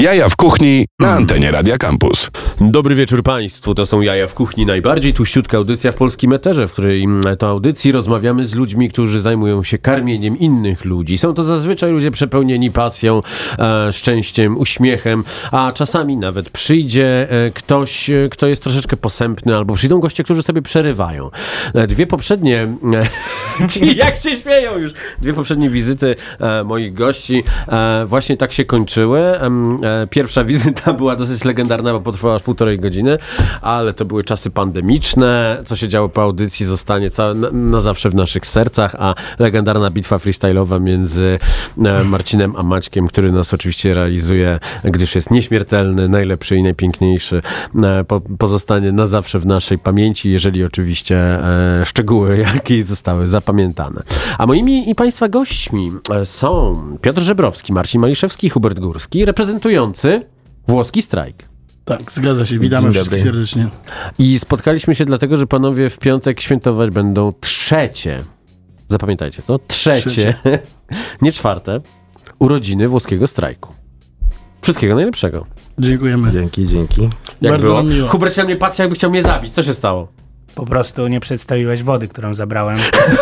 Jaja w kuchni na antenie Radia Campus. Dobry wieczór Państwu, to są Jaja w kuchni, najbardziej tuściutka audycja w polskim eterze, w której to audycji rozmawiamy z ludźmi, którzy zajmują się karmieniem innych ludzi. Są to zazwyczaj ludzie przepełnieni pasją, szczęściem, uśmiechem, a czasami nawet przyjdzie ktoś, kto jest troszeczkę posępny, albo przyjdą goście, którzy sobie przerywają. Dwie poprzednie, jak się śmieją już, dwie poprzednie wizyty moich gości właśnie tak się kończyły. Pierwsza wizyta była dosyć legendarna, bo potrwała aż 1,5 godziny, ale to były czasy pandemiczne. Co się działo po audycji zostanie na zawsze w naszych sercach, a legendarna bitwa freestyle'owa między Marcinem a Maćkiem, który nas oczywiście realizuje, gdyż jest nieśmiertelny, najlepszy i najpiękniejszy, pozostanie na zawsze w naszej pamięci, jeżeli oczywiście szczegóły jakie zostały zapamiętane. A moimi i Państwa gośćmi są Piotr Żebrowski, Marcin Maliszewski i Hubert Górski, reprezentujący włoski strajk. Tak, zgadza się. Witamy wszystkich serdecznie. I spotkaliśmy się dlatego, że panowie w piątek świętować będą trzecie, zapamiętajcie to, trzecie. Nie czwarte, urodziny włoskiego strajku. Wszystkiego najlepszego. Dziękujemy. Dzięki. Jak bardzo było? miło. Hubert się na mnie patrzy, jakby chciał mnie zabić. Co się stało? Po prostu nie przedstawiłeś wody, którą zabrałem.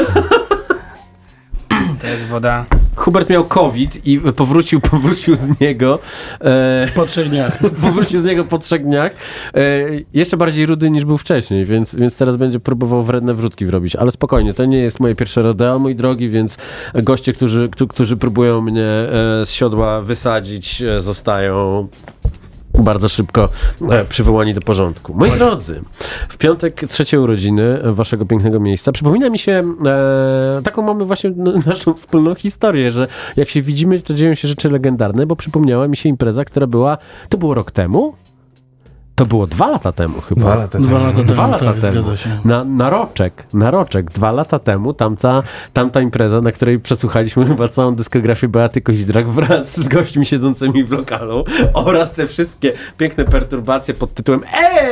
To jest woda... Hubert miał COVID i powrócił z niego Po 3 dniach. powrócił z niego po 3 dniach. Jeszcze bardziej rudy niż był wcześniej, więc teraz będzie próbował wredne wrzutki wrobić. Ale spokojnie, to nie jest moje pierwsze rodeo, mój drogi, więc goście, którzy próbują mnie z siodła wysadzić, zostają bardzo szybko przywołani do porządku. Moi drodzy, w piątek 3 urodziny waszego pięknego miejsca. Przypomina mi się, taką mamy właśnie naszą wspólną historię, że jak się widzimy, to dzieją się rzeczy legendarne, bo przypomniała mi się impreza, która była, to było rok temu? To było 2 lata temu chyba. 2 lata temu. 2 lata tak, temu. zgadza się. Na roczek, 2 lata temu, tamta impreza, na której przesłuchaliśmy chyba całą dyskografię Beaty Kozidrak wraz z gośćmi siedzącymi w lokalu oraz te wszystkie piękne perturbacje pod tytułem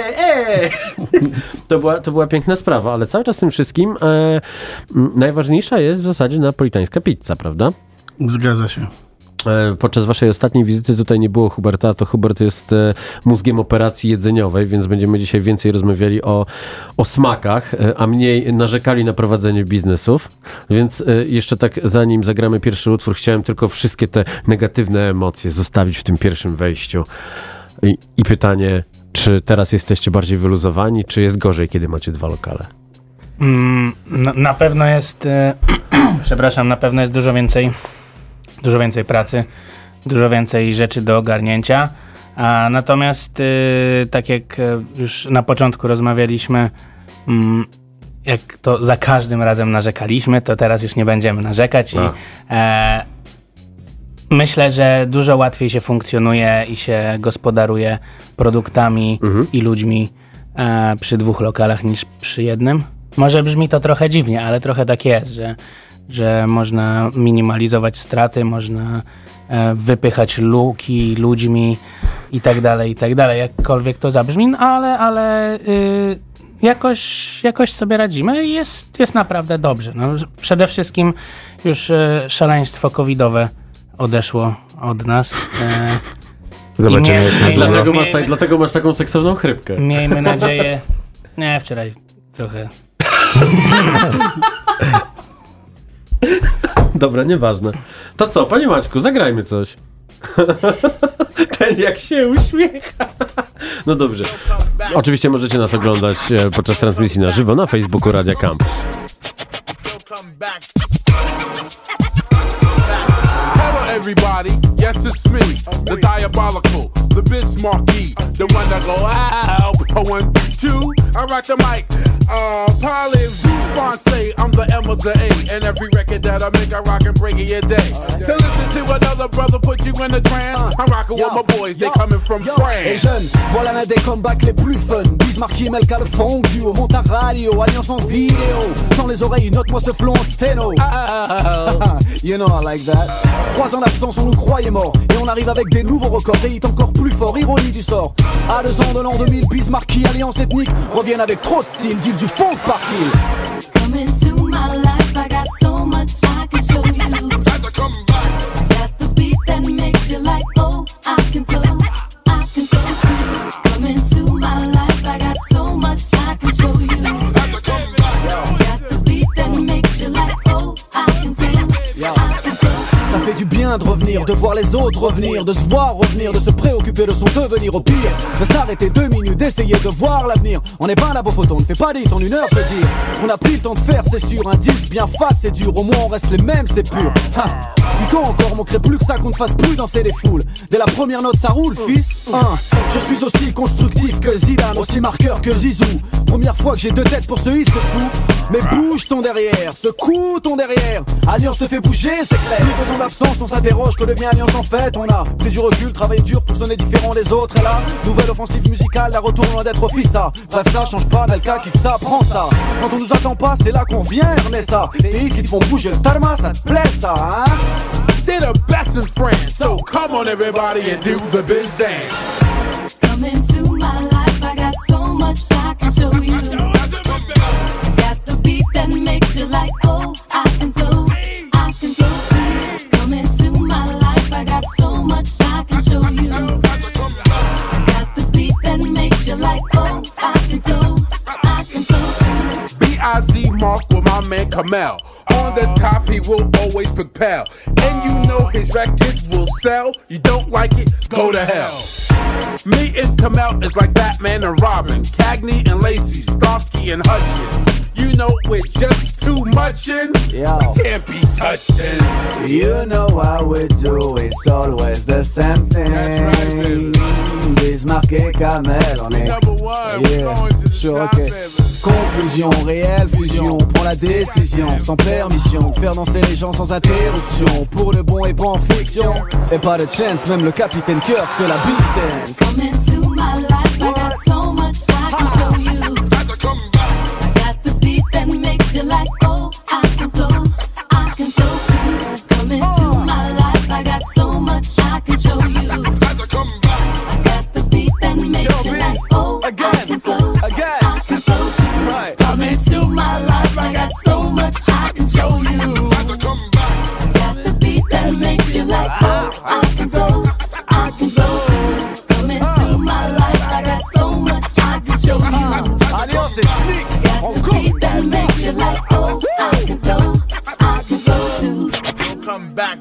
To była piękna sprawa, ale cały czas tym wszystkim najważniejsza jest w zasadzie napolitańska pizza, prawda? Zgadza się. Podczas waszej ostatniej wizyty tutaj nie było Huberta, to Hubert jest mózgiem operacji jedzeniowej, więc będziemy dzisiaj więcej rozmawiali o smakach, a mniej narzekali na prowadzenie biznesów. Więc jeszcze tak zanim zagramy pierwszy utwór, chciałem tylko wszystkie te negatywne emocje zostawić w tym pierwszym wejściu. I pytanie, czy teraz jesteście bardziej wyluzowani, czy jest gorzej, kiedy macie 2 lokale? Na pewno jest, na pewno jest dużo więcej pracy, dużo więcej rzeczy do ogarnięcia, natomiast tak jak już na początku rozmawialiśmy, jak to za każdym razem narzekaliśmy, to teraz już nie będziemy narzekać i myślę, że dużo łatwiej się funkcjonuje i się gospodaruje produktami i ludźmi przy 2 lokalach niż przy jednym. Może brzmi to trochę dziwnie, ale trochę tak jest, że można minimalizować straty, można wypychać luki ludźmi i tak dalej, jakkolwiek to zabrzmi, ale jakoś sobie radzimy i jest naprawdę dobrze. No, przede wszystkim już szaleństwo covidowe odeszło od nas. Zobaczymy, Dlatego masz taką seksowną chrypkę. Miejmy nadzieję... Nie, wczoraj trochę... Dobra, nieważne. To co, panie Maćku, zagrajmy coś. Ten jak się uśmiecha. No dobrze. Oczywiście możecie nas oglądać podczas transmisji na żywo na Facebooku Radia Campus. Everybody, yes it's me, the diabolical, the Bismarcky, the one that go out. 1, 2, I rock the mic. Parlez-vous français? I'm the M of the A, and every record that I make, I rock and break it your day. To listen to another brother put you in a trance, I'm rocking with my boys, they coming from France. Et jeunes, voilà l'un des comebacks les plus fun. Bismarcky, Melka, le fondu, monte à radio, alliance en vidéo. Dans les oreilles, note-moi ce flon en sténo. You know I like that. 3 ans d'absence, on nous croyait morts. Et on arrive avec des nouveaux records, des hits encore plus forts, ironie du sort. À 2 ans de l'an 2000, Bismarcky, alliance ethnique, reviennent avec trop de style, deal du fond par kill. Come into my life, I got so much I can show you. I got the beat that makes you like, oh, I can flow. bien de revenir, de voir les autres revenir, de se voir revenir, de se préoccuper de son devenir au pire, de s'arrêter 2 minutes, d'essayer de voir l'avenir. On n'est pas là pour photo, on ne fait pas d'hit en 1 heure, je veux dire. On a pris le temps de faire, c'est sûr, un disque bien fat, c'est dur, au moins on reste les mêmes, c'est pur. Puis quand encore, manquerait plus que ça qu'on ne fasse plus danser les foules. Dès la première note, ça roule, fils. Je suis aussi constructif que Zidane, aussi marqueur que Zizou. Première fois que j'ai 2 têtes pour ce hit, c'est fou. Mais bouge ton derrière, secoue ton derrière. Alliance te fait bouger, c'est clair. Plus besoin d'absence, on s'interroge, que devient Alliance en fait. On a pris du recul, travaillé dur pour sonner différent des autres. Et là, nouvelle offensive musicale, la retour loin d'être office. Bref, ça change pas, Melka, kick ça, prends ça. Quand on nous attend pas, c'est là qu'on vient, Ernesta. Des hits qui te font bouger le tarma, ça te plaît ça, hein? They're the best in France, so come on everybody and do the biz dance. Come into my life, I got so much I can show you. I got the beat that makes you like, oh, I can flow too. Come into my life, I got so much I can show you. I got the beat that makes you like, oh, I can flow too. B.I.Z. Mark with my man Kamel. On the top, he will always propel. And you know his records will sell. You don't like it, go to hell. Me and Kamel is like Batman and Robin, Cagney and Lacey, Starsky and Hutchins. You know we're just too much in, can't be touching. You know how we do, it's always the same thing. Right, Bismarck et Kamel, on est number one, we're going to the sure, top, okay. baby. Conclusion, réelle fusion, prends la décision, sans permission, faire danser les gens sans interruption, pour le bon et pas en fiction, et pas de chance, même le capitaine Kirk fait la beat dance. Come into my life, I got so much I can show you. I got the beat that makes you like, oh, I can flow too. Come into my life, I got so much I can show you. I got the beat that makes you like, oh, I can flow too. Come into my life, I got so much I can show you. I got the beat that makes you like, oh, I can flow too. Come into my life, I got so much I can show you. I got the beat that makes you like, oh, I can flow too. Come back.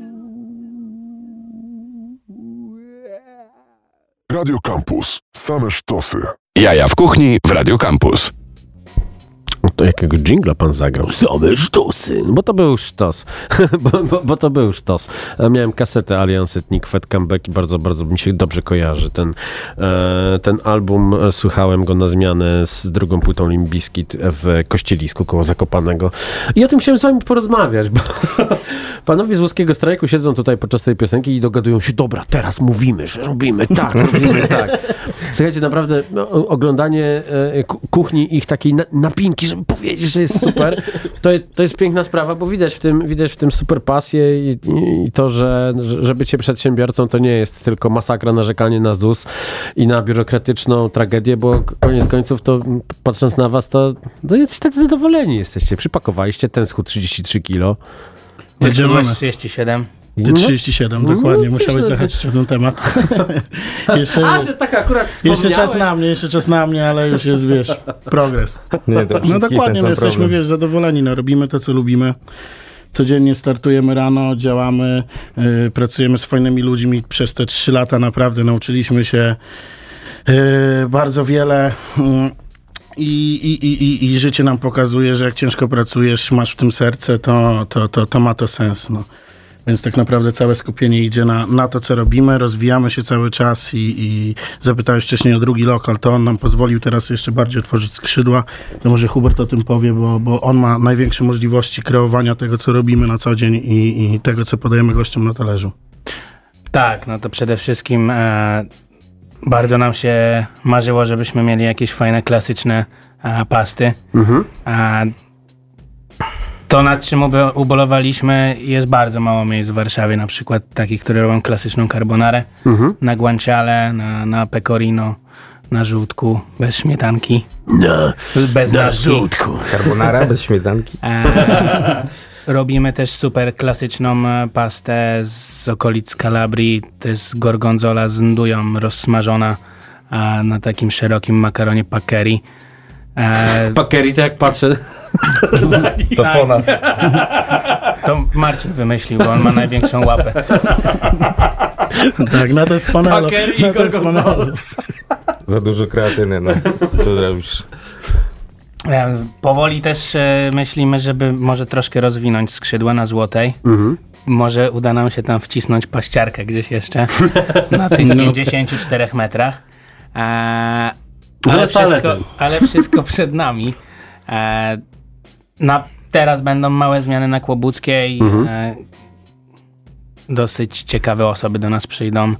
Radio Campus. Same sztosy. Jaja w kuchni w Radio Campus. To jakiego dżingla pan zagrał? Same sztosy. Bo to był sztos. bo to był sztos. Miałem kasetę Alliance Ethnic Fat Comeback i bardzo, bardzo mi się dobrze kojarzy. Ten album, słuchałem go na zmianę z drugą płytą Limp Bizkit w Kościelisku koło Zakopanego. I o tym chciałem z wami porozmawiać, bo panowie z Łuskiego Strajku siedzą tutaj podczas tej piosenki i dogadują się, dobra, teraz mówimy, że robimy tak. Słuchajcie, naprawdę oglądanie kuchni, ich takiej napinki, żeby powiedzieć, że jest super, to jest piękna sprawa, bo widać w tym super pasję i to, że bycie przedsiębiorcą to nie jest tylko masakra, narzekanie na ZUS i na biurokratyczną tragedię, bo koniec końców to patrząc na was, to tak zadowoleni jesteście. Przypakowaliście ten schód 33 kilo. Ty masz 37. Ty 37, dokładnie. Musiałeś zahaczyć o ten temat. że tak akurat wspomniałeś. Jeszcze czas na mnie, ale już jest, wiesz, progres. Nie, to No dokładnie, my jesteśmy, wiesz, zadowoleni. No, robimy to, co lubimy. Codziennie startujemy rano, działamy, pracujemy z fajnymi ludźmi. Przez te 3 lata naprawdę nauczyliśmy się bardzo wiele. I życie nam pokazuje, że jak ciężko pracujesz, masz w tym serce, to ma to sens. No. Więc tak naprawdę całe skupienie idzie na to, co robimy, rozwijamy się cały czas i zapytałeś wcześniej o drugi lokal, to on nam pozwolił teraz jeszcze bardziej otworzyć skrzydła. To może Hubert o tym powie, bo on ma największe możliwości kreowania tego, co robimy na co dzień i tego, co podajemy gościom na talerzu. Tak, no to przede wszystkim bardzo nam się marzyło, żebyśmy mieli jakieś fajne, klasyczne pasty. To, nad czym ubolewaliśmy, jest bardzo mało miejsc w Warszawie, na przykład takich, które robią klasyczną carbonarę, na guanciale, na pecorino, na żółtku, bez śmietanki. Bez na żółtku. Carbonara bez śmietanki. Robimy też super klasyczną pastę z okolic Kalabrii, to jest gorgonzola z ndują rozsmażona na takim szerokim makaronie pakeri. Pakery, to jak patrzę... To po nas. To Marcin wymyślił, bo on ma największą łapę. Tak, na to jest panelu. Pakery i gorgonzola. Za dużo kreatyny, no. Co zrobisz? Powoli też myślimy, żeby może troszkę rozwinąć skrzydła na Złotej. Może uda nam się tam wcisnąć paściarkę gdzieś jeszcze na tych 54 metrach. Ale wszystko przed nami. Teraz będą małe zmiany na Kłobuckiej. Dosyć ciekawe osoby do nas przyjdą.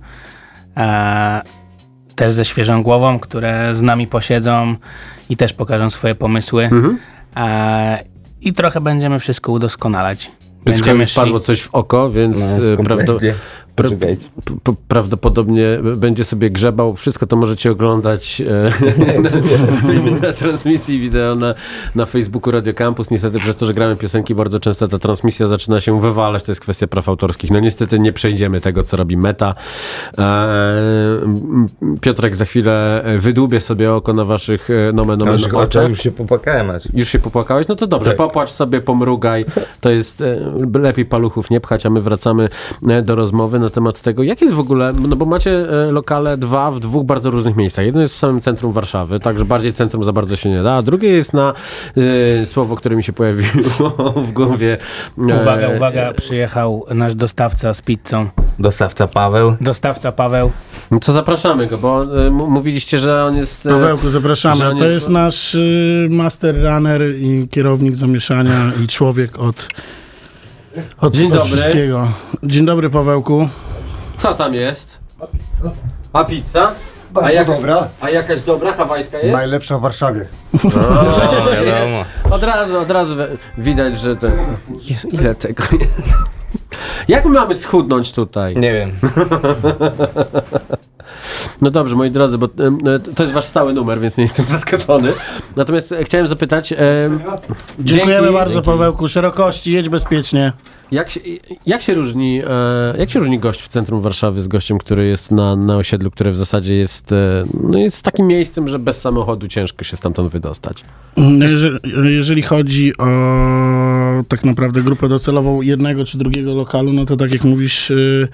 Też ze świeżą głową, które z nami posiedzą i też pokażą swoje pomysły. I trochę będziemy wszystko udoskonalać. Będziemy wpadło coś w oko, więc prawdopodobnie będzie sobie grzebał. Wszystko to możecie oglądać na transmisji wideo na Facebooku Radio Campus. Niestety przez to, że gramy piosenki, bardzo często ta transmisja zaczyna się wywalać. To jest kwestia praw autorskich. No niestety nie przejdziemy tego, co robi Meta. Piotrek za chwilę wydłubie sobie oko na waszych oczach. Już się popłakałem. Już się popłakałeś? No to dobrze. Tak. Popłacz sobie, pomrugaj. To jest lepiej paluchów nie pchać, a my wracamy do rozmowy na temat tego, jak jest w ogóle, no bo macie lokale w dwóch bardzo różnych miejscach. Jedno jest w samym centrum Warszawy, także bardziej centrum za bardzo się nie da, a drugie jest na słowo, które mi się pojawiło w głowie. Uwaga, przyjechał nasz dostawca z pizzą. Dostawca Paweł. No to zapraszamy go, bo mówiliście, że on jest... Pawełku, zapraszamy. To jest nasz master runner i kierownik zamieszania i człowiek od Dzień dobry. Wszystkiego. Dzień dobry, Pawełku. Co tam jest? A pizza? Dobra. A jakaś dobra, hawajska jest? Najlepsza w Warszawie. Wiadomo. Od razu widać, że ten... Jezu, ile tego jest? Jak my mamy schudnąć tutaj? Nie wiem. No dobrze, moi drodzy, bo to jest wasz stały numer, więc nie jestem zaskoczony. Natomiast chciałem zapytać... Dziękujemy bardzo, Pawełku. Szerokości, jedź bezpiecznie. Jak się różni gość w centrum Warszawy z gościem, który jest na osiedlu, które w zasadzie jest takim miejscem, że bez samochodu ciężko się stamtąd wydostać? Jeżeli chodzi o tak naprawdę grupę docelową jednego czy drugiego lokalu, no to tak jak mówisz...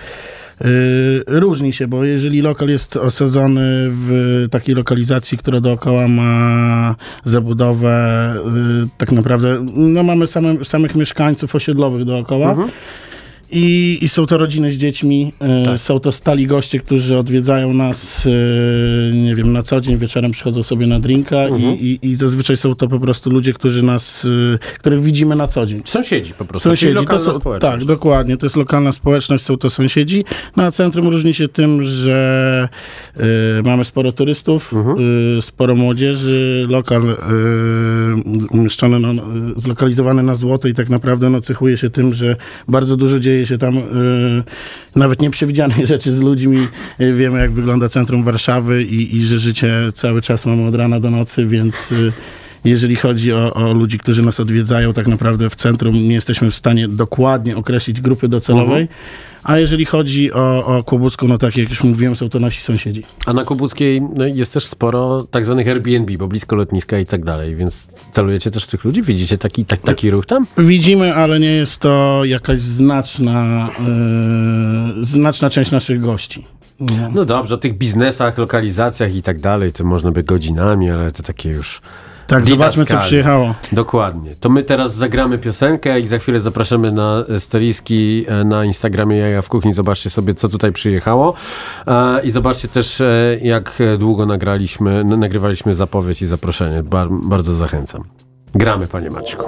różni się, bo jeżeli lokal jest osadzony w takiej lokalizacji, która dookoła ma zabudowę, tak naprawdę no mamy samych mieszkańców osiedlowych dookoła. I są to rodziny z dziećmi, są to stali goście, którzy odwiedzają nas, nie wiem, na co dzień, wieczorem przychodzą sobie na drinka i zazwyczaj są to po prostu ludzie, których widzimy na co dzień. Sąsiedzi po prostu, czyli lokalna społeczność. Tak, dokładnie, to jest lokalna społeczność, są to sąsiedzi. No a centrum różni się tym, że mamy sporo turystów, sporo młodzieży, lokal umieszczony, zlokalizowany na Złotej, tak naprawdę cechuje się tym, że bardzo dużo dzieje się tam nawet nieprzewidzianych rzeczy z ludźmi. Wiemy, jak wygląda centrum Warszawy i że życie cały czas mamy od rana do nocy, więc jeżeli chodzi o ludzi, którzy nas odwiedzają, tak naprawdę w centrum nie jesteśmy w stanie dokładnie określić grupy docelowej. A jeżeli chodzi o Kłobucką, no tak jak już mówiłem, są to nasi sąsiedzi. A na Kłobuckiej jest też sporo tak zwanych Airbnb, bo blisko lotniska i tak dalej, więc celujecie też w tych ludzi? Widzicie taki ruch tam? Widzimy, ale nie jest to jakaś znaczna część naszych gości. No dobrze, o tych biznesach, lokalizacjach i tak dalej, to można by godzinami, ale to takie już... Tak, zobaczmy, co przyjechało. Dokładnie. To my teraz zagramy piosenkę i za chwilę zapraszamy na storiski na Instagramie Jaja w Kuchni. Zobaczcie sobie, co tutaj przyjechało. I zobaczcie też, jak długo nagrywaliśmy zapowiedź i zaproszenie. Bardzo zachęcam. Gramy, panie Maćku.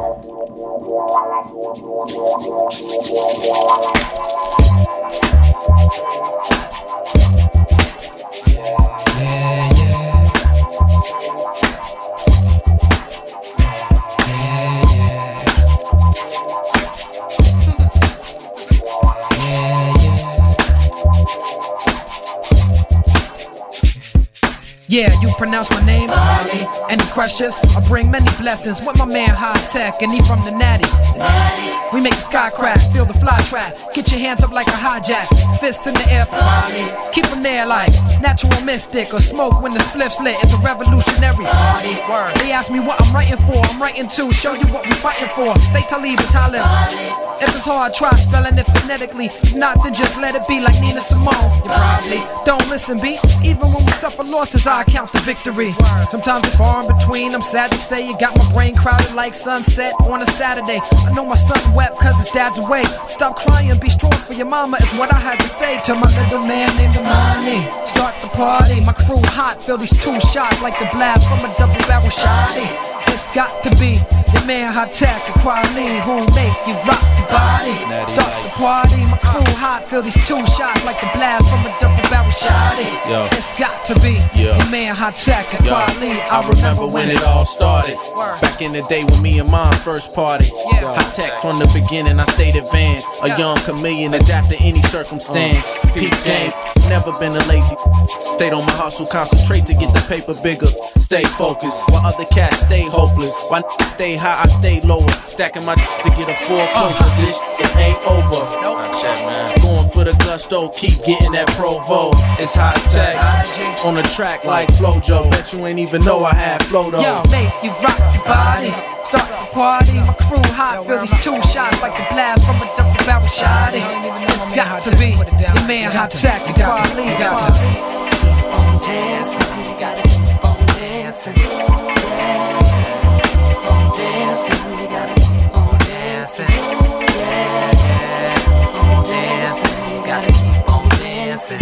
Yeah, you pronounce my name, Marley. Any questions? I bring many blessings with my man High Tech, and he from the Natty. We make the sky crack, feel the fly track. Get your hands up like a hijack, fists in the air for Marley. Keep them there like natural mystic or smoke when the spliff's lit. It's a revolutionary party. Word. They ask me what I'm writing for. I'm writing to show you what we fighting for. Say Talib and Talib. If it's hard, try spelling it phonetically. If not, then just let it be like Nina Simone. You probably don't listen, B. Even when we suffer losses, I count the victory. Sometimes it's far in between. I'm sad to say you got my brain crowded like sunset on a Saturday. I know my son wept cause his dad's away. Stop crying, be strong for your mama is what I had to say to my little man named Amani. Start the party, my crew hot. Feel these two shots like the blast from a double barrel shotty. It's got to be your man High Tech and Quality who make you rock the body. Start the party, my crew hot. Feel these two shots like the blast from a double barrel shotty. It's got to be your man High Tech and Quality. I remember when it all started. Back in the day when me and mom first party. High Tech from the beginning, I stayed advanced. A young chameleon, adapt to any circumstance. Peak game, never been a lazy. Stayed on my hustle, concentrate to get the paper bigger. Stay focused, while other cats stay hopeless. While stay high, I stay lower. Stacking my to get a full closure. This it ain't over. Going for the gusto, keep getting that Provo. It's High Tech on the track like Flojo. Bet you ain't even know I had flow though. Yo, make you rock your body. Start the party, my crew hot. Feel these two shots like the blast from a double barrel shotty. It's got to be your man High Tech and Quality. Got to keep on dancing. You gotta keep on dancing. Keep on dancing. You gotta keep on dancing. Keep on dancing. You gotta keep on dancing.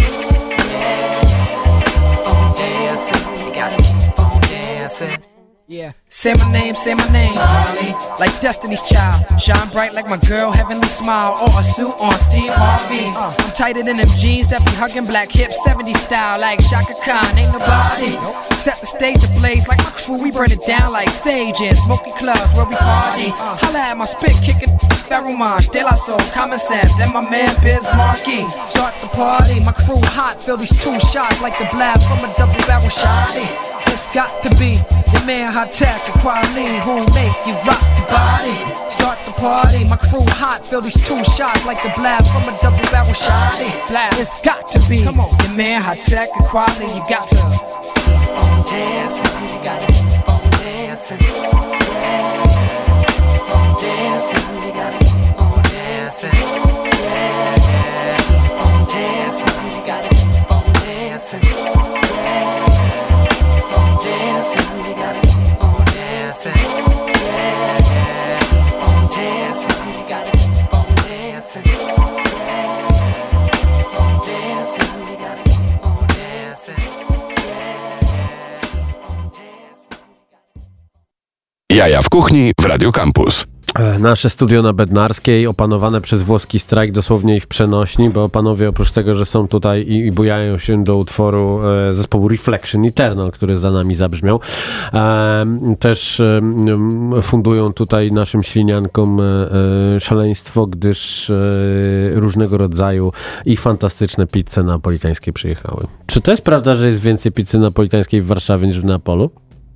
Keep on dancing. You gotta keep on dancing. Yeah. Say my name, Marley, like Destiny's Child. Shine bright like my girl, heavenly smile. Or a suit on Steve Harvey. I'm tighter than them jeans that be hugging black hips, 70s style like Shaka Khan. Ain't nobody set the stage ablaze like my crew. We burn it down like sage in smoky clubs where we party. Holla at my spit kicking Ferromage, De La Soul, Common Sense, and my man Biz Markie. Start the party, my crew hot. Feel these two shots like the blast from a double barrel shotty. It's got to be your man High Tech and Quality who make you rock the body. Start the party, my crew hot. Feel these two shots like the blast from a double barrel shotty. It's got to be your man High Tech and Quality. You got to keep on dancing. You gotta keep on dancing. Keep on dancing. You gotta keep on dancing. Keep on dancing. You gotta keep on dancing. Dancing, you gotta keep on dancing. Yeah, keep on dancing. You gotta keep on dancing. Yeah, keep on dancing. You gotta keep on dancing. Yeah, keep on dancing. Jaja w kuchni w Radio Campus. Nasze studio na Bednarskiej opanowane przez włoski strajk dosłownie i w przenośni, bo panowie oprócz tego, że są tutaj i bujają się do utworu zespołu Reflection Eternal, który za nami zabrzmiał, też fundują tutaj naszym śliniankom szaleństwo, gdyż różnego rodzaju ich fantastyczne pizze napolitańskie przyjechały. Czy to jest prawda, że jest więcej pizzy napolitańskiej w Warszawie niż w Neapolu?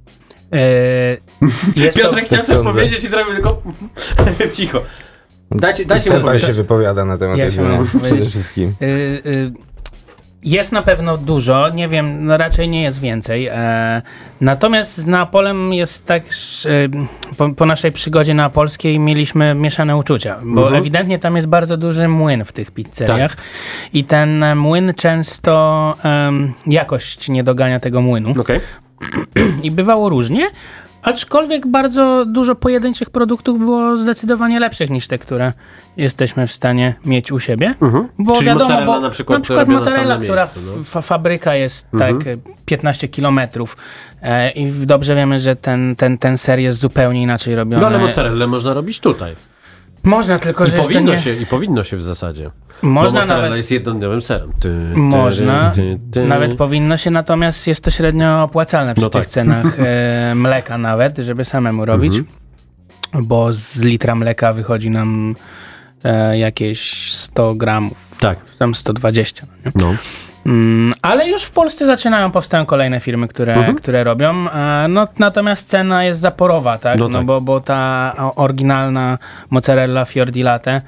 Piotrek chciał coś powiedzieć i zrobił tylko cicho. Dajcie mu powiedzieć. Się wypowiada na temat tego przede wszystkim. Jest na pewno dużo, nie wiem, no raczej nie jest więcej. Natomiast z Neapolem jest tak, że po naszej przygodzie neapolskiej mieliśmy mieszane uczucia, bo ewidentnie tam jest bardzo duży młyn w tych pizzeriach i ten młyn często jakość nie dogania tego młynu. Okay. I bywało różnie, aczkolwiek bardzo dużo pojedynczych produktów było zdecydowanie lepszych niż te, które jesteśmy w stanie mieć u siebie. Bo czyli wiadomo, mozzarella na przykład mozzarella, która fabryka jest tak 15 kilometrów i dobrze wiemy, że ten ser jest zupełnie inaczej robiony. No ale mozzarellę można robić tutaj. Można, tylko że I powinno się w zasadzie. Można, bo mozzarella jest jednodniowym serem. Można, nawet powinno się, natomiast jest to średnio opłacalne przy tych cenach mleka nawet, żeby samemu robić, bo z litra mleka wychodzi nam jakieś 100 gramów. Tak. Tam 120. Nie? No. Ale już w Polsce powstają kolejne firmy, które robią. Natomiast cena jest zaporowa, tak? Bo ta oryginalna mozzarella Fior di Latte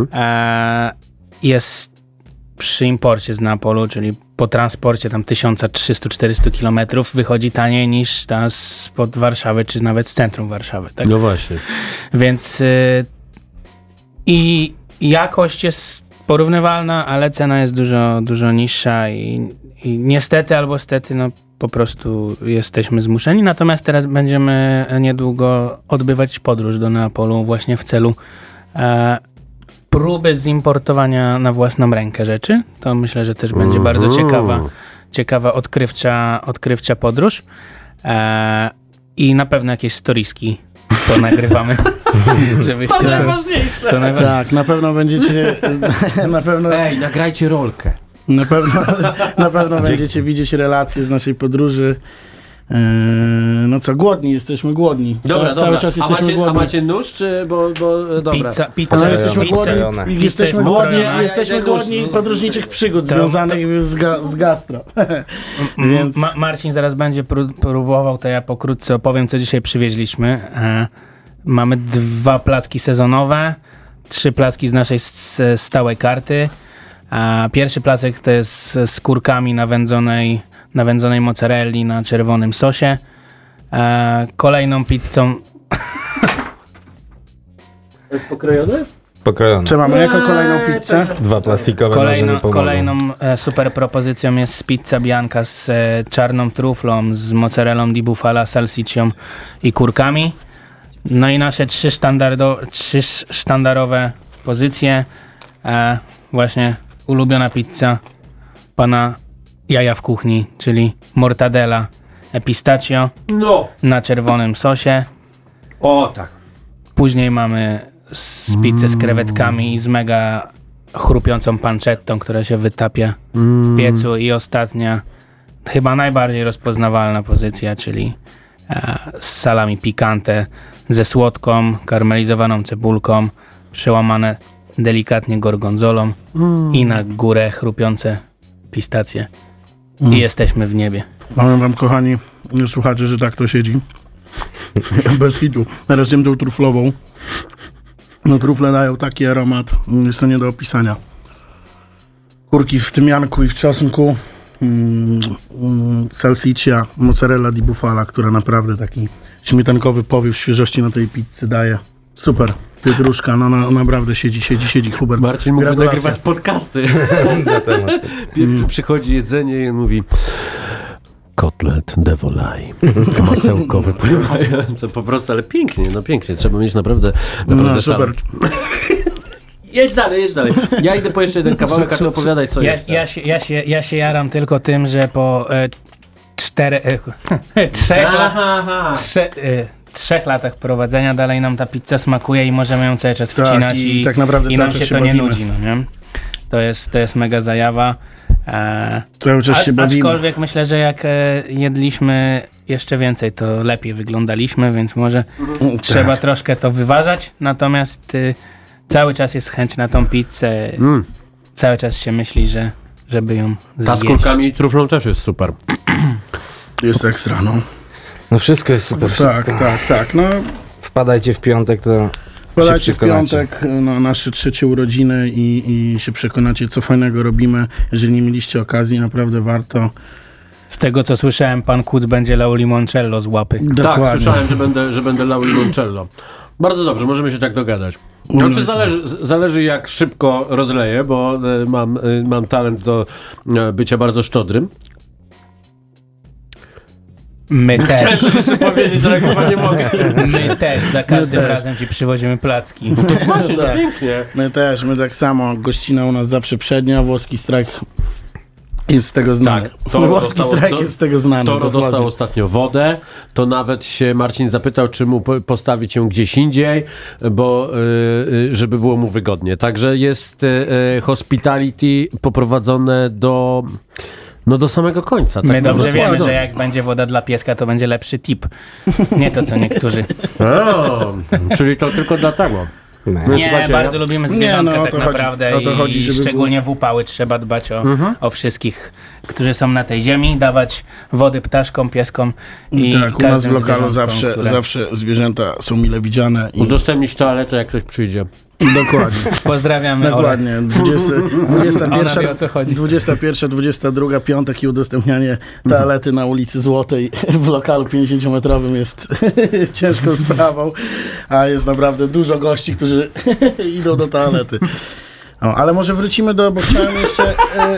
jest przy imporcie z Neapolu, czyli po transporcie tam 1300-400 km wychodzi taniej niż ta spod Warszawy, czy nawet z centrum Warszawy. Tak? No właśnie. Więc i jakość jest porównywalna, ale cena jest dużo niższa i niestety albo stety po prostu jesteśmy zmuszeni. Natomiast teraz będziemy niedługo odbywać podróż do Neapolu właśnie w celu próby zimportowania na własną rękę rzeczy. To myślę, że też będzie bardzo ciekawa odkrywcza podróż. I na pewno jakieś storieski to nagrywamy. To najważniejsze. Tak, na pewno będziecie... Ej, nagrajcie rolkę. Na pewno będziecie widzieć relacje z naszej podróży. No co, jesteśmy głodni. Dobra. Cały czas jesteśmy głodni. A macie nóż, czy... Dobra. Pizza. Jesteśmy głodni podróżniczych przygód związanych z gastro. Więc... Marcin zaraz będzie próbował, to ja pokrótce opowiem, co dzisiaj przywieźliśmy. Mamy 2 placki sezonowe, 3 placki z naszej stałej karty. Pierwszy placek to jest z kurkami nawędzonej mozzarelli na czerwonym sosie. Kolejną pizzą... To jest pokrojone? Pokrojone. Co mamy jako kolejną pizzę? 2 plastikowe noże nie pomogą. Kolejną super propozycją jest pizza bianca z czarną truflą, z mozzarellą di bufala, salsiccią i kurkami. No i nasze 3 sztandarowe pozycje. Właśnie ulubiona pizza pana Jaja w kuchni, czyli mortadella pistachio na czerwonym sosie. O tak. Później mamy pizzę z krewetkami i z mega chrupiącą pancettą, która się wytapia w piecu. I ostatnia, chyba najbardziej rozpoznawalna pozycja, czyli z salami picante, ze słodką, karmelizowaną cebulką, przełamane delikatnie gorgonzolą i na górę chrupiące pistacje. I jesteśmy w niebie. Powiem wam, kochani słuchacze, że tak to siedzi. Bez hitu. Teraz jem tą truflową. No trufle dają taki aromat. Jest to nie do opisania. Kurki w tymianku i w czosnku. Salsiccia, mozzarella di bufala, która naprawdę taki śmietankowy powiew świeżości na tej pizzy daje. Super. Pietruszka, naprawdę siedzi Hubert. Marcin mógłby nagrywać podcasty. Przychodzi jedzenie i mówi kotlet de volaille. Masełkowy pływający. Po prostu, ale pięknie, pięknie. Trzeba mieć naprawdę super. Jedź dalej. Ja idę po jeszcze jeden kawałek, a ty opowiadaj, co jest. Ja się jaram tylko tym, że po 3 latach prowadzenia dalej nam ta pizza smakuje i możemy ją cały czas wcinać i tak naprawdę i nam się to nie nudzi. Nie? To jest mega zajawa. Cały czas się bawimy. Aczkolwiek myślę, że jak jedliśmy jeszcze więcej, to lepiej wyglądaliśmy, więc może trzeba troszkę to wyważać. Natomiast cały czas jest chęć na tą pizzę. Cały czas się myśli, żeby ją zjeść. Ta z kurkami i truflą też jest super. Jest ekstra, No wszystko jest super. Tak. No, wpadajcie w piątek, to wpadajcie w piątek na nasze 3 urodziny i się przekonacie, co fajnego robimy. Jeżeli nie mieliście okazji, naprawdę warto. Z tego, co słyszałem, pan Kuc będzie lał limoncello z łapy. Dokładnie. Tak, słyszałem, że będę lał limoncello. Bardzo dobrze, możemy się tak dogadać. Znaczy zależy jak szybko rozleję, bo mam talent do bycia bardzo szczodrym. My też. Chciałem coś jeszcze powiedzieć, ale chyba nie mogę. My też. Za każdym razem ci przywozimy placki. To właśnie, pięknie. My tak samo. Gościna u nas zawsze przednia, włoski strajk jest z tego znany. Tak, włoski strajk jest z tego znany. Toro dostał ostatnio wodę, to nawet się Marcin zapytał, czy mu postawić ją gdzieś indziej, bo żeby było mu wygodnie. Także jest hospitality poprowadzone do samego końca. Tak. My dobrze wiemy, że jak będzie woda dla pieska, to będzie lepszy tip. Nie to, co niektórzy. Czyli to tylko dlatego. Nie, bardzo lubimy zwierzątka tak naprawdę i szczególnie w upały trzeba dbać o wszystkich, którzy są na tej ziemi, dawać wody ptaszkom, pieskom i tak, u nas w lokalu zawsze zwierzęta są mile widziane. Udostępnić toaletę, jak ktoś przyjdzie. Dokładnie. Pozdrawiamy. Dokładnie. 21, 22, piątek i udostępnianie toalety na ulicy Złotej w lokalu 50-metrowym jest ciężką sprawą, a jest naprawdę dużo gości, którzy idą do toalety. Ale może wrócimy bo chciałem jeszcze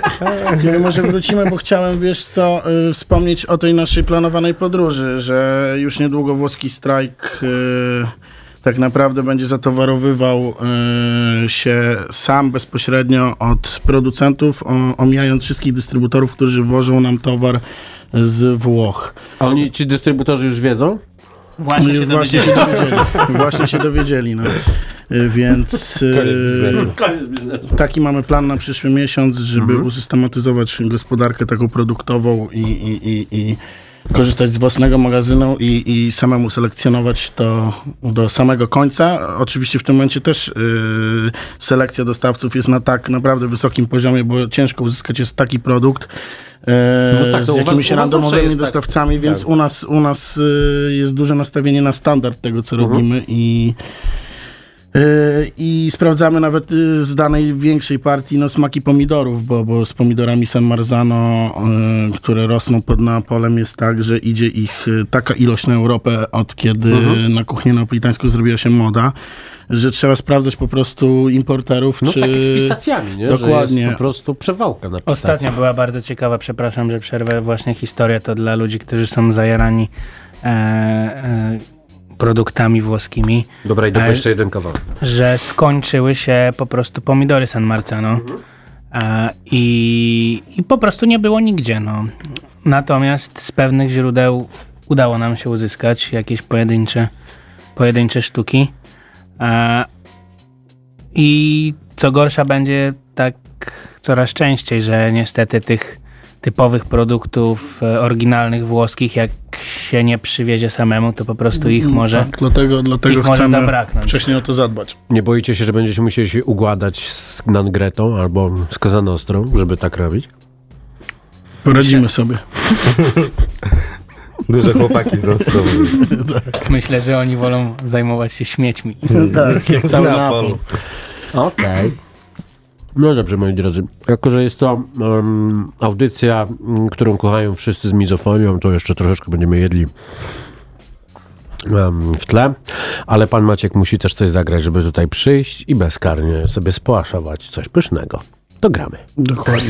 wiesz co, wspomnieć o tej naszej planowanej podróży, że już niedługo włoski strajk tak naprawdę będzie zatowarowywał się sam bezpośrednio od producentów, omijając wszystkich dystrybutorów, którzy wożą nam towar z Włoch. A ci dystrybutorzy już wiedzą? Właśnie się dowiedzieli. No. Więc taki mamy plan na przyszły miesiąc, żeby usystematyzować gospodarkę taką produktową i korzystać z własnego magazynu i samemu selekcjonować to do samego końca. Oczywiście w tym momencie też selekcja dostawców jest na tak naprawdę wysokim poziomie, bo ciężko uzyskać jest taki produkt z jakimiś randomowymi dostawcami, więc tak. U nas jest duże nastawienie na standard tego, co robimy i sprawdzamy nawet z danej większej partii smaki pomidorów, bo z pomidorami San Marzano, które rosną pod Neapolem, jest tak, że idzie ich taka ilość na Europę, od kiedy na kuchnię neapolitańską zrobiła się moda, że trzeba sprawdzać po prostu importerów. No tak jak z pistacjami, nie? Dokładnie. Że jest po prostu przewałka na pistacjach. Ostatnio była bardzo ciekawa, przepraszam, że przerwę, właśnie historia to dla ludzi, którzy są zajarani produktami włoskimi. Dobra, idę jeszcze jeden kawałek. Że skończyły się po prostu pomidory San Marzano i po prostu nie było nigdzie. No. Natomiast z pewnych źródeł udało nam się uzyskać jakieś pojedyncze sztuki i co gorsza będzie tak coraz częściej, że niestety tych typowych produktów oryginalnych włoskich, jak się nie przywiezie samemu, to po prostu ich może dlatego chcemy zabraknąć. Wcześniej o to zadbać. Nie boicie się, że będziecie musieli się ugładać z Nangretą albo z Cosa Nostrą, żeby tak robić? Poradzimy sobie. Duże chłopaki z nas są. Myślę, że oni wolą zajmować się śmiećmi. Tak, jak cały Neapol. Okej. No dobrze, moi drodzy. Jako że jest to audycja, którą kochają wszyscy z mizofonią, to jeszcze troszeczkę będziemy jedli w tle, ale pan Maciek musi też coś zagrać, żeby tutaj przyjść i bezkarnie sobie spłaszować coś pysznego. To gramy. Dokładnie.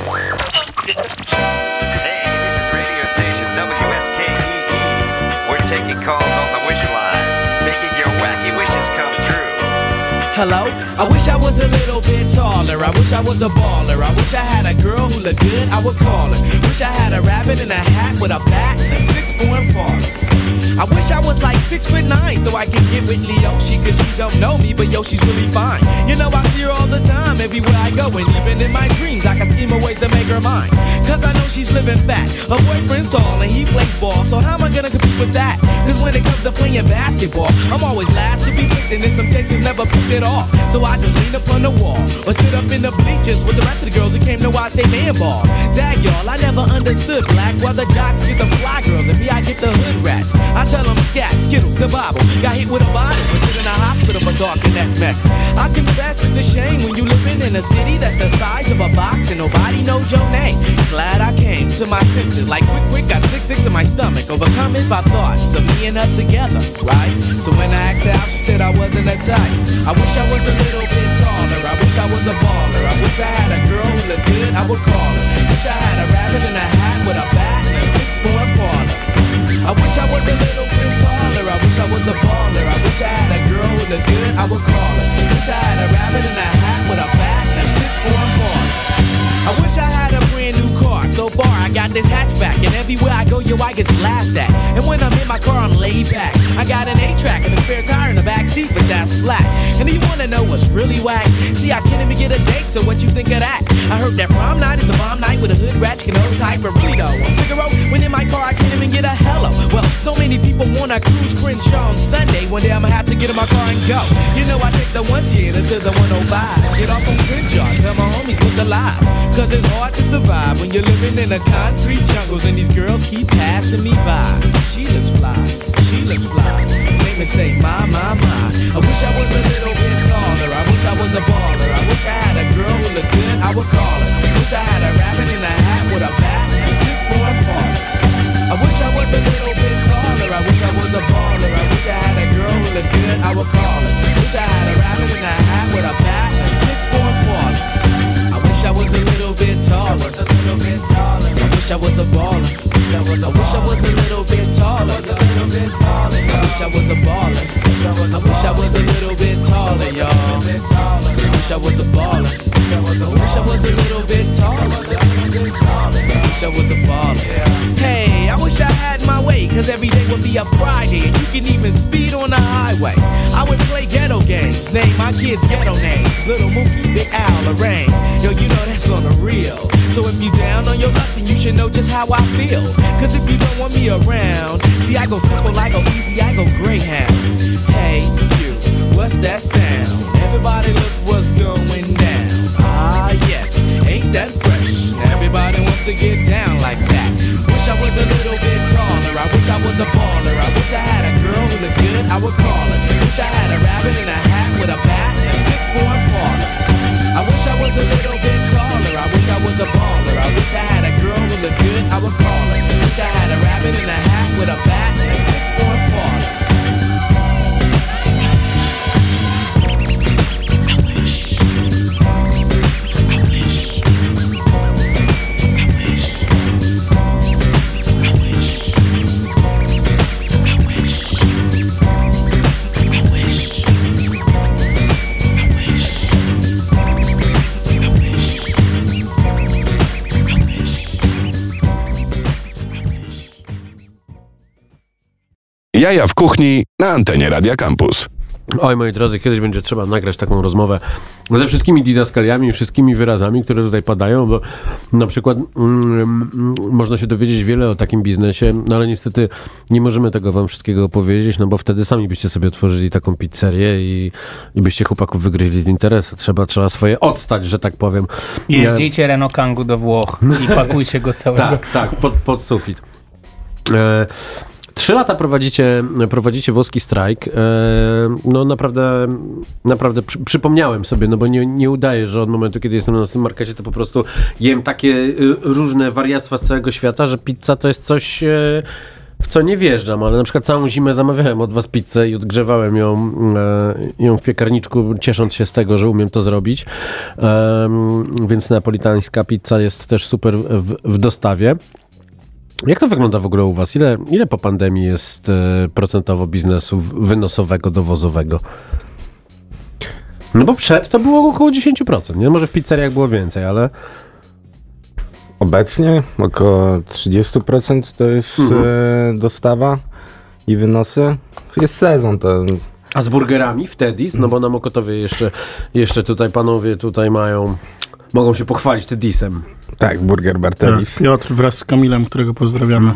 Hello, I wish I was a little bit taller. I wish I was a baller. I wish I had a girl who looked good, I would call her. Wish I had a rabbit in a hat with a bat and a 6'4" baller. I wish I was like 6'9" so I could get with Leoshi, cause she don't know me, but yo, she's really fine. You know I see her all the time, everywhere I go, and even in my dreams I can scheme a way to make her mine. Cause I know she's living fat, her boyfriend's tall and he plays ball, so how am I gonna compete with that? Cause when it comes to playing basketball, I'm always last to be picked, and in some cases never picked at all. So I just lean up on the wall, or sit up in the bleachers with the rest of the girls who came to watch they man ball. Dag y'all, I never understood black, why the jocks get the fly girls and me I get the hood rats. I tell them scat, skittles, kabobble, got hit with a bottle, was put in a hospital for talking that mess. I confess it's a shame when you living in a city that's the size of a box and nobody knows your name. Glad I came to my senses, like quick, got sick to my stomach, overcome it by thoughts of me and her together, right? So when I asked her out, she said I wasn't a type. I wish I was a little bit taller, I wish I was a baller, I wish I had a girl who looked good, I would call her. Wish I had a rabbit in a hat with a bat and a 6'4" baller. I wish I was a little bit taller, I wish I was a baller, I wish I had a girl who looked good, I would call her. Wish I had a rabbit in a hat with a bat and a 6'4" baller. I wish I had a brand new car, so far I got this hatchback, and everywhere I go, yo, I get laughed at. And when I'm in my car, I'm laid back. I got an 8-track and a spare tire in the back seat, but that's flat. And you wanna know what's really whack? See, I can't even get a date, so what you think of that? I heard that prom night is a bomb night with a hood rat, you can hold tight, but really though, on Figaro, when in my car, I can't even get a hello. Well, So many people wanna cruise Crenshaw on Sunday. One day I'ma have to get in my car and go. You know I take the 110 to the 105. Get off on Crenshaw, tell my homies look alive. Cause it's hard to survive when you're living in the concrete jungles and these girls keep passing me by. She looks fly, she looks fly. Make me say my. I wish I was a little bit taller. I wish I was a baller. I wish I had a girl who looked good, I would call her. Wish I had a rabbit in a hat with a bat and 6'4" baller. I wish I was a little bit taller. I wish I was a baller. I wish I had a girl who looked good, I would call her. Wish I had a rabbit in a hat with a bat and 6'4" baller. I wish I was a little bit taller. I wish I was a baller. I wish I was a little bit taller. I wish I was a baller. I wish I was a little bit taller, y'all. I wish I was a baller. I wish I was a little bit taller. I wish I was a baller. Hey, I wish I had my way, cause every day would be a Friday and you can even speed on the highway. I would play ghetto games, name my kids ghetto names. Little Mookie, Big Al, Lorraine. Yo, you know that's on the real. So if you down on your luck, then you should know just how I feel. Cause if you don't want me around, see I go simple, I go easy, I go Greyhound. Hey, you, what's that sound? Everybody look what's going down. Ah, yes, ain't that fresh? Everybody wants to get down like that. Wish I was a little bit taller. I wish I was a baller. I wish I had a girl who looked good, I would call her. Wish I had a rabbit in a hat with a bat and 6'4" baller. I wish I was a little bit taller. I wish I was a baller. I wish I had a girl who looked good, I would call her. Wish I had a rabbit in a hat with a bat and 6'4" baller. Jaja w kuchni na antenie Radia Campus. Oj, moi drodzy, kiedyś będzie trzeba nagrać taką rozmowę ze wszystkimi didaskaliami, wszystkimi wyrazami, które tutaj padają, bo na przykład można się dowiedzieć wiele o takim biznesie, no ale niestety nie możemy tego wam wszystkiego opowiedzieć, no bo wtedy sami byście sobie otworzyli taką pizzerię i byście chłopaków wygryźli z interesu. Trzeba swoje odstać, że tak powiem. Jeździcie Renault Kangoo do Włoch i pakujcie go całego. Tak, pod sufit. 3 lata prowadzicie włoski strajk. No naprawdę przypomniałem sobie, no bo nie udaje, że od momentu, kiedy jestem na tym markecie, to po prostu jem takie różne wariactwa z całego świata, że pizza to jest coś, w co nie wjeżdżam, ale na przykład całą zimę zamawiałem od was pizzę i odgrzewałem ją w piekarniczku, ciesząc się z tego, że umiem to zrobić. Więc napolitańska pizza jest też super w dostawie. Jak to wygląda w ogóle u was? Ile po pandemii jest procentowo biznesu wynosowego, dowozowego? No bo przed to było około 10%, nie? Może w pizzeriach było więcej, ale... Obecnie około 30% to jest dostawa i wynosy. Jest sezon to... A z burgerami wtedy? No bo na Mokotowie jeszcze tutaj panowie mogą się pochwalić Tedisem. Tak, Burger Bar Tedis. Piotr wraz z Kamilem, którego pozdrawiamy.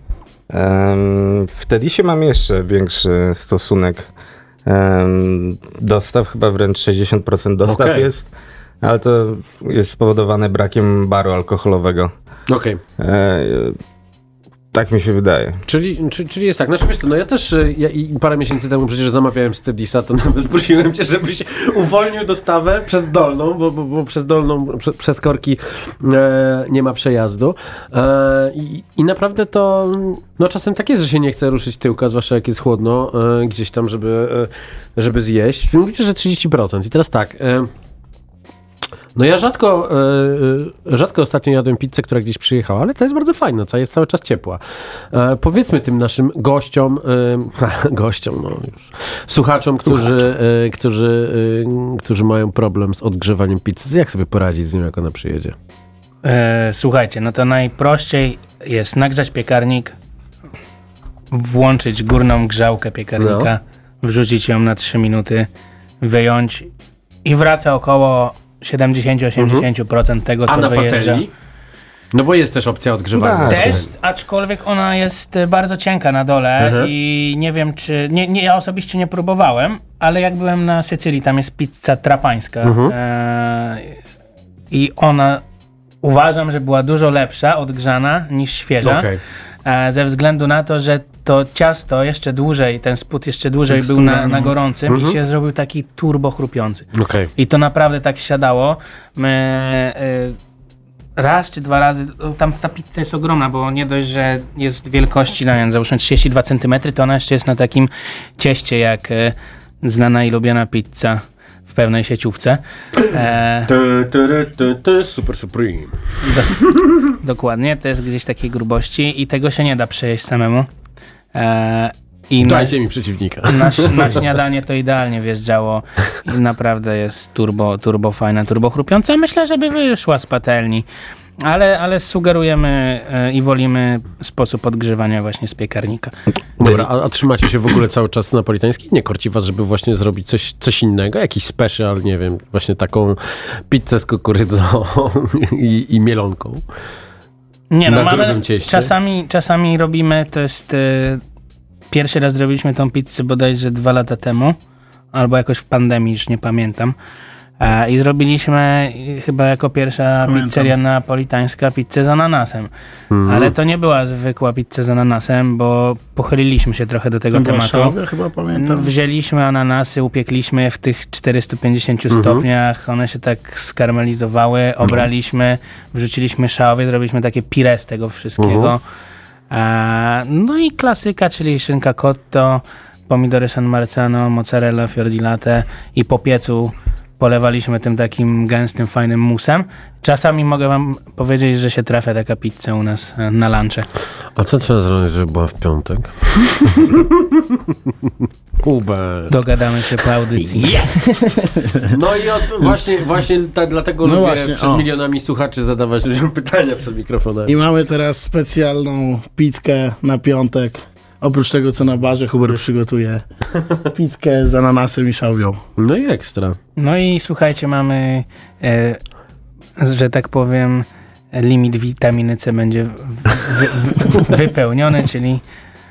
W Tedisie mam jeszcze większy stosunek dostaw, chyba wręcz 60% dostaw jest, ale to jest spowodowane brakiem baru alkoholowego. Okej. Tak mi się wydaje. Czyli jest tak. Znaczy wiesz co, no ja też parę miesięcy temu przecież zamawiałem z Tedisa, to nawet prosiłem cię, żebyś uwolnił dostawę przez dolną, bo przez dolną, przez korki nie ma przejazdu. I naprawdę to, no czasem tak jest, że się nie chce ruszyć tyłka, zwłaszcza jak jest chłodno gdzieś tam, żeby zjeść. Mówicie, że 30%. I teraz tak... No ja rzadko ostatnio jadłem pizzę, która gdzieś przyjechała, ale to jest bardzo fajne, jest cały czas ciepła. Powiedzmy tym naszym gościom, no już, słuchaczom, którzy mają problem z odgrzewaniem pizzy, jak sobie poradzić z nią, jak ona przyjedzie? Słuchajcie, no to najprościej jest nagrzać piekarnik, włączyć górną grzałkę piekarnika, wrzucić ją na 3 minuty, wyjąć i wraca około 70-80% tego, co wyjeżdża. No bo jest też opcja odgrzewania. Też, aczkolwiek ona jest bardzo cienka na dole i nie wiem czy... ja osobiście nie próbowałem, ale jak byłem na Sycylii, tam jest pizza trapańska i ona uważam, że była dużo lepsza odgrzana niż świeża. Ze względu na to, że to ciasto jeszcze dłużej, ten spód jeszcze dłużej był na gorącym i się zrobił taki turbo chrupiący. I to naprawdę tak siadało. My raz czy dwa razy, tam ta pizza jest ogromna, bo nie dość, że jest wielkości, no nie, załóżmy 32 cm, to ona jeszcze jest na takim cieście jak znana i lubiana pizza w pewnej sieciówce. Super Supreme. Dokładnie, to jest gdzieś takiej grubości i tego się nie da przejeść samemu. I dajcie mi przeciwnika. Na śniadanie to idealnie wjeżdżało i naprawdę jest turbo fajna, turbo chrupiąca. Myślę, żeby wyszła z patelni. Ale sugerujemy i wolimy sposób odgrzewania właśnie z piekarnika. Dobra, a trzymacie się w ogóle cały czas napolitańskiej? Nie korci was, żeby właśnie zrobić coś innego? Jakiś special, nie wiem, właśnie taką pizzę z kukurydzą i mielonką? Nie no, mamy czasami robimy, to jest pierwszy raz zrobiliśmy tą pizzę bodajże 2 lata temu, albo jakoś w pandemii, już nie pamiętam. I zrobiliśmy chyba jako pierwsza pizzeria napolitańska pizzę z ananasem. Ale to nie była zwykła pizza z ananasem, bo pochyliliśmy się trochę do tego tematu. Chyba pamiętam. Wzięliśmy ananasy, upiekliśmy je w tych 450 stopniach, one się tak skarmelizowały, obraliśmy, wrzuciliśmy szałwię, zrobiliśmy takie pire z tego wszystkiego. No i klasyka, czyli szynka cotto, pomidory San Marzano, mozzarella, fior di latte i po piecu polewaliśmy tym takim gęstym, fajnym musem. Czasami mogę wam powiedzieć, że się trafia taka pizza u nas na lunche. A co trzeba zrobić, żeby była w piątek? Hubert. Dogadamy się po audycji. Yes! No i właśnie dlatego lubię przed milionami słuchaczy zadawać ludziom pytania przed mikrofonami. I mamy teraz specjalną pizzkę na piątek. Oprócz tego, co na barze, Hubert przygotuje pizzkę z ananasem i szałwią. No i ekstra. No i słuchajcie, mamy, że tak powiem, limit witaminy C będzie wypełniony, czyli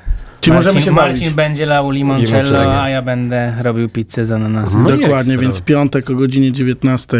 Marcin będzie lał limoncello, a ja będę robił pizzę z ananasem. No dokładnie, więc piątek o godzinie 19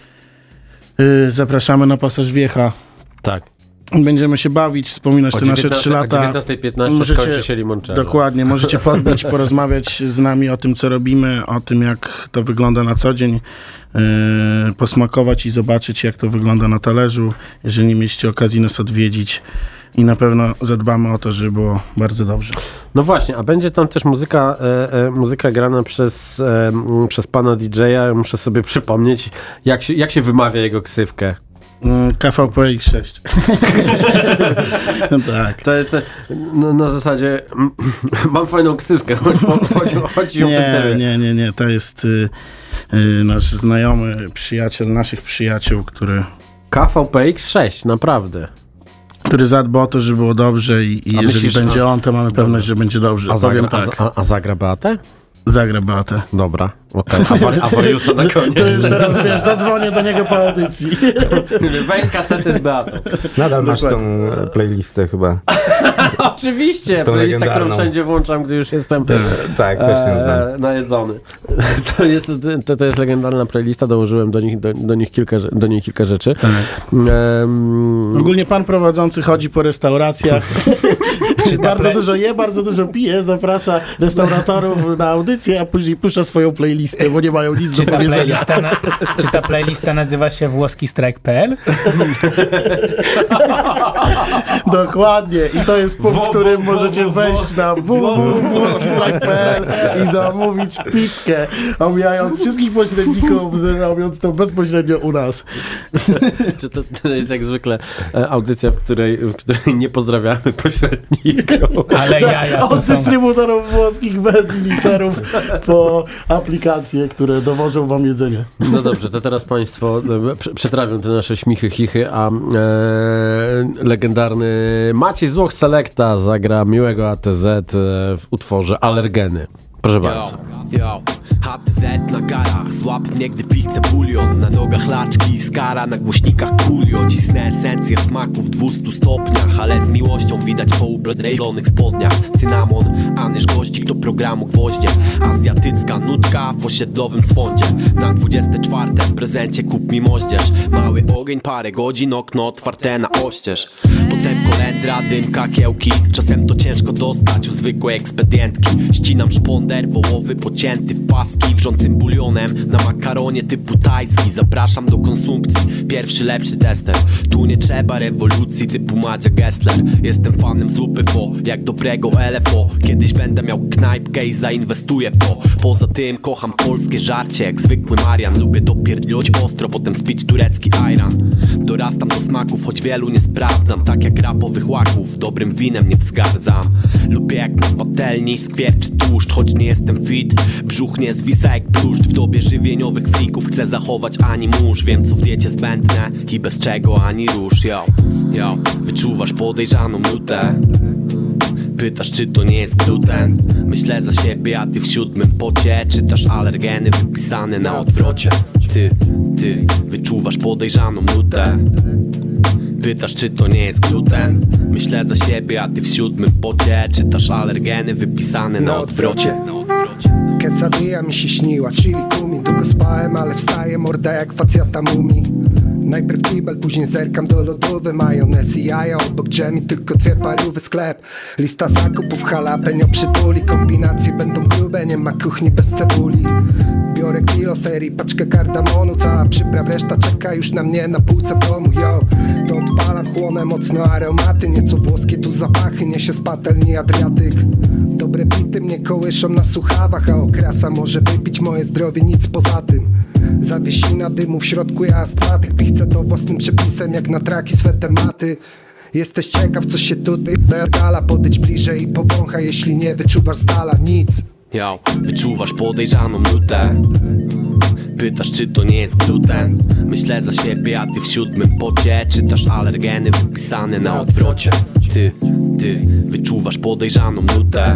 zapraszamy na Pasaż Wiecha. Tak. Będziemy się bawić, wspominać te nasze 3 lata. O 19:15 skończy się limoncello. Dokładnie, możecie podbić, porozmawiać z nami o tym, co robimy, o tym, jak to wygląda na co dzień, posmakować i zobaczyć, jak to wygląda na talerzu, jeżeli nie mieliście okazji nas odwiedzić. I na pewno zadbamy o to, żeby było bardzo dobrze. No właśnie, a będzie tam też muzyka grana przez pana DJ-a. Muszę sobie przypomnieć, jak się wymawia jego ksywkę. KVP X6. No tak. To jest na zasadzie mam fajną ksywkę, chodź ją Nie. To jest nasz znajomy przyjaciel, naszych przyjaciół, który... KVP X6, naprawdę. Który zadba o to, żeby było dobrze i jeżeli myślisz, będzie on, to mamy pewność, że będzie dobrze. A zagra Beatę? Zagra Beatę. Dobra, okej. A Wariusa na koniec. To już teraz, wiesz, zadzwonię do niego po audycji. Weź kasetę z Beatą. Nadal masz tą playlistę chyba. Oczywiście, playlistę, którą wszędzie włączam, gdy już jestem tak, też się znam. Najedzony. To jest legendarna playlista, dołożyłem do niej kilka rzeczy. Tak. Ogólnie pan prowadzący chodzi po restauracjach. Bardzo dużo je, bardzo dużo pije, zaprasza restauratorów na audycję, a później puszcza swoją playlistę, bo nie mają nic do powiedzenia. Czy ta playlista nazywa się włoskistrike.pl? Dokładnie. I to jest punkt, w którym możecie wejść na www.włoskistrike.pl i zamówić pizzkę, omijając wszystkich pośredników, zamawiając to bezpośrednio u nas. To jest jak zwykle audycja, w której nie pozdrawiamy pośredników. Ale ja od dystrybutorów włoskich wędli, serów po aplikacje, które dowożą wam jedzenie. No dobrze, to teraz państwo przetrawią te nasze śmichy, chichy, a legendarny Maciej z Włoch Selecta zagra miłego ATZ w utworze Alergeny. Proszę bardzo. Yo, HTZ na garach, złap mnie gdy pichce bulion. Na nogach laczki i skara, na głośnikach kulio. Cisnę esencję smaku w 200 stopniach, ale z miłością widać po ublonych spodniach. Cynamon, anyż gościk do programu gwoździe. Azjatycka nutka w osiedlowym swądzie. Na 24 w prezencie kup mi moździerz. Mały ogień, parę godzin, okno otwarte na oścież. Potem kolendra, dymka, kiełki. Czasem to ciężko dostać u zwykłej ekspedientki. Ścinam szponder wołowy, pocięty w paski, wrzącym bulionem na makaronie typu tajski. Zapraszam do konsumpcji, pierwszy lepszy tester. Tu nie trzeba rewolucji typu Madzia Gessler. Jestem fanem zupy fo, jak dobrego LFO. Kiedyś będę miał knajpkę i zainwestuję w to. Poza tym kocham polskie żarcie jak zwykły Marian. Lubię dopierdlić ostro, potem spić turecki ajran. Dorastam do smaków, choć wielu nie sprawdzam. Tak jak rapowych łaków, dobrym winem nie wzgardzam. Lubię jak na patelni skwierczy tłuszcz, choć nie jestem fit. Brzuch nie zwisa jak bluszcz. W dobie żywieniowych frików chcę zachować ani mórz. Wiem co w diecie zbędne i bez czego ani rusz. Yo, wyczuwasz podejrzaną nutę. Pytasz czy to nie jest gluten. Myślę za siebie, a ty w 7. pocie czytasz alergeny wypisane na odwrocie. Ty wyczuwasz podejrzaną nutę. Pytasz czy to nie jest gluten. Myślę za siebie, a ty w 7. pocie czytasz alergeny wypisane na odwrocie. Quesadilla mi się śniła, chili kumin. Długo spałem, ale wstaję, morda jak facjata mumii. Najpierw kibel, później zerkam do lodówy. Majonez i jaja, obok dżemi tylko 2 parówy sklep. Lista zakupów, jalapeno przytuli. Kombinacje będą grube, nie ma kuchni bez cebuli. Biorę kilo serii, paczkę kardamonu. Cała przypraw, reszta czeka już na mnie na półce w domu. Yo, to odpalam, chłonę mocno aromaty. Nieco włoskie tu zapachy, niesie z patelni Adriatyk. Dobre bity mnie kołyszą na słuchawach, a okrasa może wypić moje zdrowie, nic poza tym. Zawiesina dymu w środku, ja astmatyk. Pichcę to własnym przepisem jak na traki swe tematy. Jesteś ciekaw co się tutaj zagala, podejdź bliżej i powąchaj, jeśli nie wyczuwasz z dala nic. Yo, wyczuwasz podejrzaną nutę. Pytasz czy to nie jest gluten. Myślę za siebie, a ty w 7. pocie czytasz alergeny wypisane na odwrocie. Ty wyczuwasz podejrzaną nutę.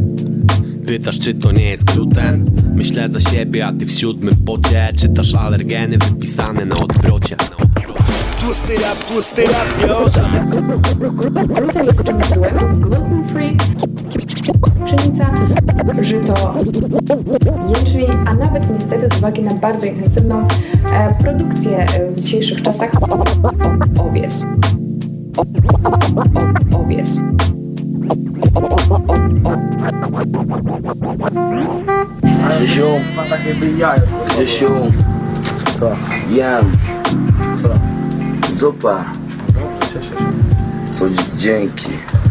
Pytasz czy to nie jest gluten. Myślę za siebie, a ty w 7. pocie czytasz alergeny wypisane na odwrocie. Tłusty rap, yo. Gluten jest czymś złym. Gluten free, pszenica, żyto, jęczmień, a nawet niestety z uwagi na bardzo intensywną produkcję w dzisiejszych czasach owies. Owies. Grzesiu, Grzesiu, co? Jem. Zupa. To dzięki.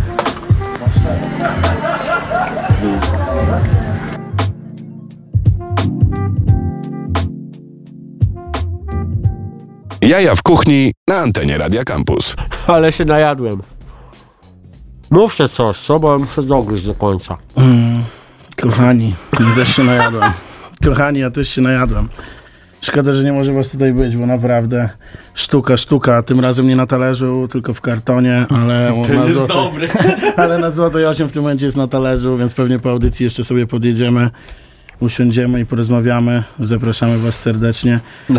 Jaja w kuchni na antenie Radia Campus. Ale się najadłem. Mówcie coś, co? Bo muszę dogryźć do końca. Kochani, ja też się najadłem. Kochani, ja też się najadłem. Szkoda, że nie może was tutaj być, bo naprawdę sztuka. Tym razem nie na talerzu, tylko w kartonie, ale Ten jest dobry. Ale na Złotej 8 w tym momencie jest na talerzu, więc pewnie po audycji jeszcze sobie podjedziemy, usiądziemy i porozmawiamy. Zapraszamy was serdecznie. Na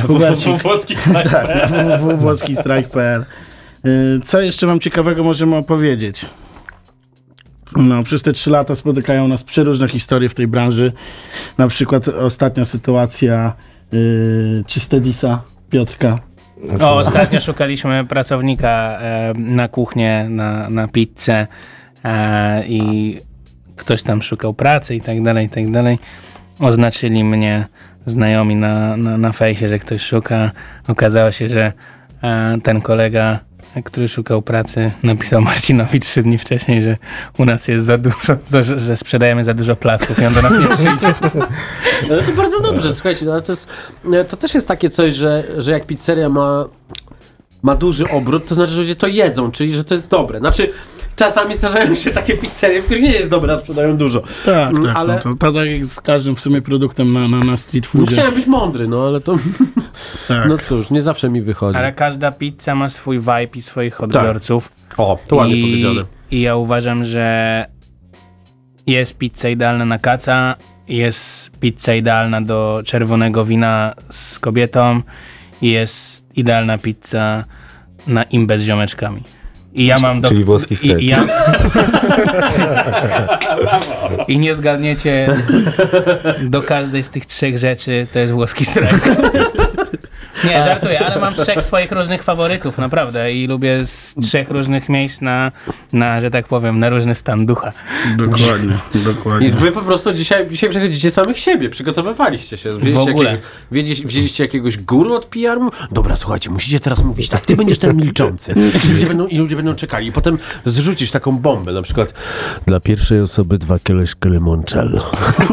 www.włoskistrajk.pl. Co jeszcze wam ciekawego możemy opowiedzieć? No, przez te 3 lata spotykają nas przeróżne historie w tej branży. Na przykład ostatnia sytuacja Czystedisa, Piotrka. Ostatnio szukaliśmy pracownika na kuchnię, na pizzę i ktoś tam szukał pracy i tak dalej. Oznaczyli mnie znajomi na fejsie, że ktoś szuka. Okazało się, że ten kolega, który szukał pracy, napisał Marcinowi 3 dni wcześniej, że u nas jest za dużo, że sprzedajemy za dużo placków i on do nas nie przyjdzie. Ale to bardzo dobrze, słuchajcie, ale to też jest takie coś, że jak pizzeria ma duży obrót, to znaczy, że ludzie to jedzą, czyli że to jest dobre. Znaczy, czasami zdarzają się takie pizzerie, w których nie jest dobre, a sprzedają dużo. Tak, ale to tak jak z każdym w sumie produktem na street foodzie. Chciałem być mądry, no ale to... Tak. No cóż, nie zawsze mi wychodzi. Ale każda pizza ma swój vibe i swoich odbiorców. Tak. O, to ładnie powiedziane. I ja uważam, że jest pizza idealna na kaca, jest pizza idealna do czerwonego wina z kobietą i jest idealna pizza na imbę z ziomeczkami. I ja mam Czyli włoski sklep. I nie zgadniecie, do każdej z tych 3 rzeczy to jest włoski strajk. Nie, żartuję, ale mam 3 swoich różnych faworytów, naprawdę. I lubię z 3 różnych miejsc na, że tak powiem, na różny stan ducha. Dokładnie. I wy po prostu dzisiaj przechodzicie samych siebie, przygotowywaliście się. Wzięliście jakiegoś guru od PR-u? Dobra, słuchajcie, musicie teraz mówić tak, ty będziesz ten milczący. I ludzie będą czekali. I potem zrzucisz taką bombę, na przykład dla pierwszej osoby 2 kieliszki limoncello.